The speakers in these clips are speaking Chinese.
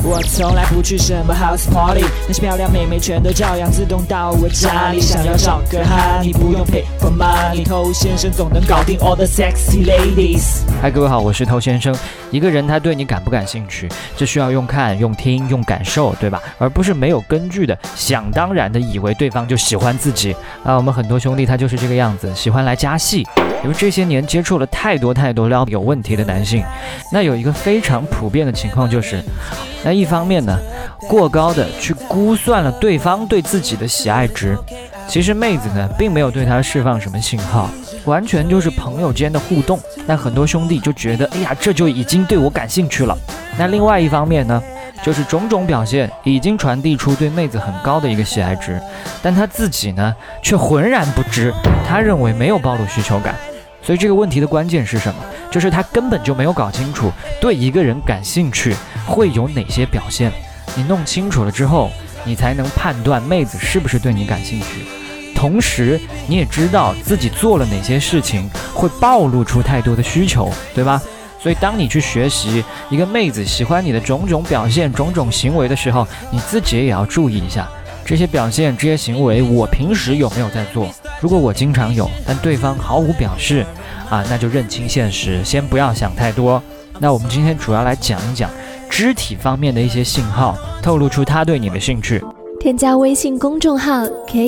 我从来不去什么 house party， 那些漂亮妹妹全都照样自动到我家里。想要找个哈，你不用 pay for money， 头先生总能搞定 all the sexy ladies。 嗨，各位好，我是头先生。一个人他对你感不感兴趣，这需要用看、用听、用感受，对吧？而不是没有根据的想当然的以为对方就喜欢自己啊。我们很多兄弟他就是这个样子，喜欢来加戏。因为这些年接触了太多撩有问题的男性，那有一个非常普遍的情况就是，那一方面呢，过高的去估算了对方对自己的喜爱值，其实妹子呢并没有对他释放什么信号，完全就是朋友间的互动。那很多兄弟就觉得，哎呀，这就已经对我感兴趣了。那另外一方面呢，就是种种表现已经传递出对妹子很高的一个喜爱值，但他自己呢却浑然不知，他认为没有暴露需求感。所以这个问题的关键是什么？就是他根本就没有搞清楚对一个人感兴趣会有哪些表现。你弄清楚了之后，你才能判断妹子是不是对你感兴趣，同时你也知道自己做了哪些事情会暴露出太多的需求，对吧？所以当你去学习一个妹子喜欢你的种种表现、种种行为的时候，你自己也要注意一下，这些表现、这些行为我平时有没有在做。如果我经常有，但对方毫无表示啊，那就认清现实，先不要想太多。那我们今天主要来讲一讲肢体方面的一些信号，透露出他对你的兴趣。 添加微信公众号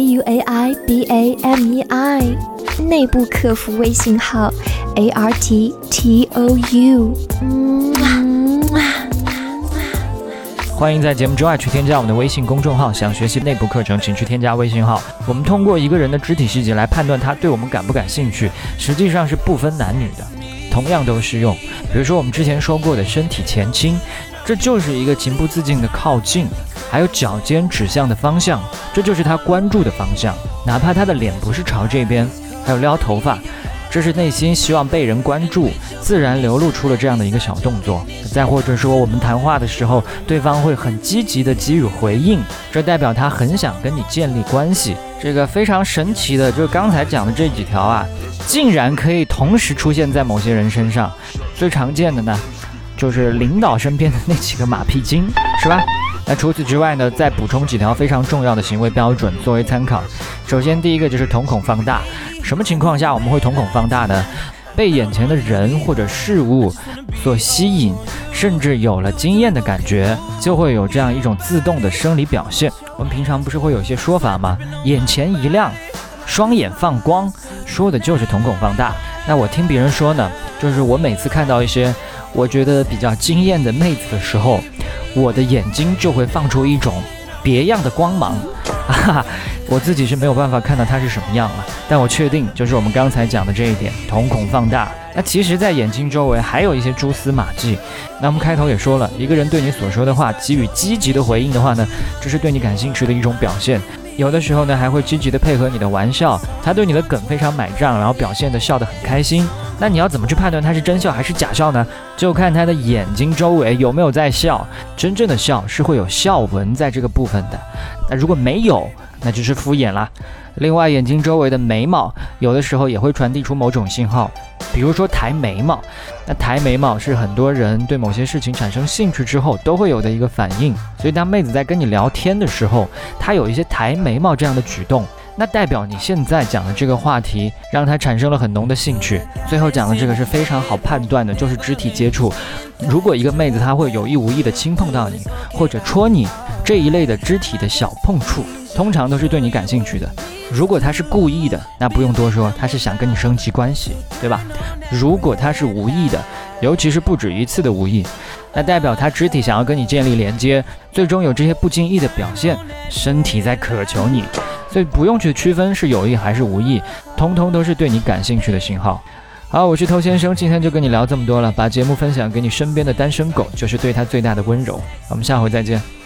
KUAIBAMEI， 内部客服微信号 ARTTOU。 欢迎在节目之外去添加我们的微信公众号，想学习内部课程请去添加微信号。我们通过一个人的肢体细节来判断他对我们感不感兴趣，实际上是不分男女的，同样都适用。比如说我们之前说过的身体前倾，这就是一个情不自禁的靠近，还有脚尖指向的方向，这就是他关注的方向，哪怕他的脸不是朝这边。还有撩头发，这是内心希望被人关注，自然流露出了这样的一个小动作。再或者说我们谈话的时候，对方会很积极的给予回应，这代表他很想跟你建立关系。这个非常神奇的，就是刚才讲的这几条啊，竟然可以同时出现在某些人身上。最常见的呢，就是领导身边的那几个马屁精，是吧？那除此之外呢，再补充几条非常重要的行为标准作为参考。首先第一个就是瞳孔放大。什么情况下我们会瞳孔放大呢？被眼前的人或者事物所吸引，甚至有了惊艳的感觉，就会有这样一种自动的生理表现。我们平常不是会有一些说法吗？眼前一亮，双眼放光，说的就是瞳孔放大。那我听别人说呢，就是我每次看到一些我觉得比较惊艳的妹子的时候，我的眼睛就会放出一种别样的光芒我自己是没有办法看到它是什么样了，但我确定就是我们刚才讲的这一点，瞳孔放大。那其实在眼睛周围还有一些蛛丝马迹。那我们开头也说了，一个人对你所说的话给予积极的回应的话呢，这是对你感兴趣的一种表现。有的时候呢还会积极的配合你的玩笑，他对你的梗非常买账，然后表现的笑得很开心。那你要怎么去判断他是真笑还是假笑呢？就看他的眼睛周围有没有在笑。真正的笑是会有笑纹在这个部分的，那如果没有，那就是敷衍啦。另外，眼睛周围的眉毛有的时候也会传递出某种信号，比如说抬眉毛。那抬眉毛是很多人对某些事情产生兴趣之后都会有的一个反应，所以当妹子在跟你聊天的时候，她有一些抬眉毛这样的举动，那代表你现在讲的这个话题让她产生了很浓的兴趣。最后讲的这个是非常好判断的，就是肢体接触。如果一个妹子她会有意无意的轻碰到你或者戳你，这一类的肢体的小碰触通常都是对你感兴趣的。如果她是故意的，那不用多说，她是想跟你升级关系，对吧？如果她是无意的，尤其是不止一次的无意，那代表她肢体想要跟你建立连接，最终有这些不经意的表现，身体在渴求你。所以不用去区分是有意还是无意，通通都是对你感兴趣的信号。好，我是头先生，今天就跟你聊这么多了，把节目分享给你身边的单身狗，就是对他最大的温柔。我们下回再见。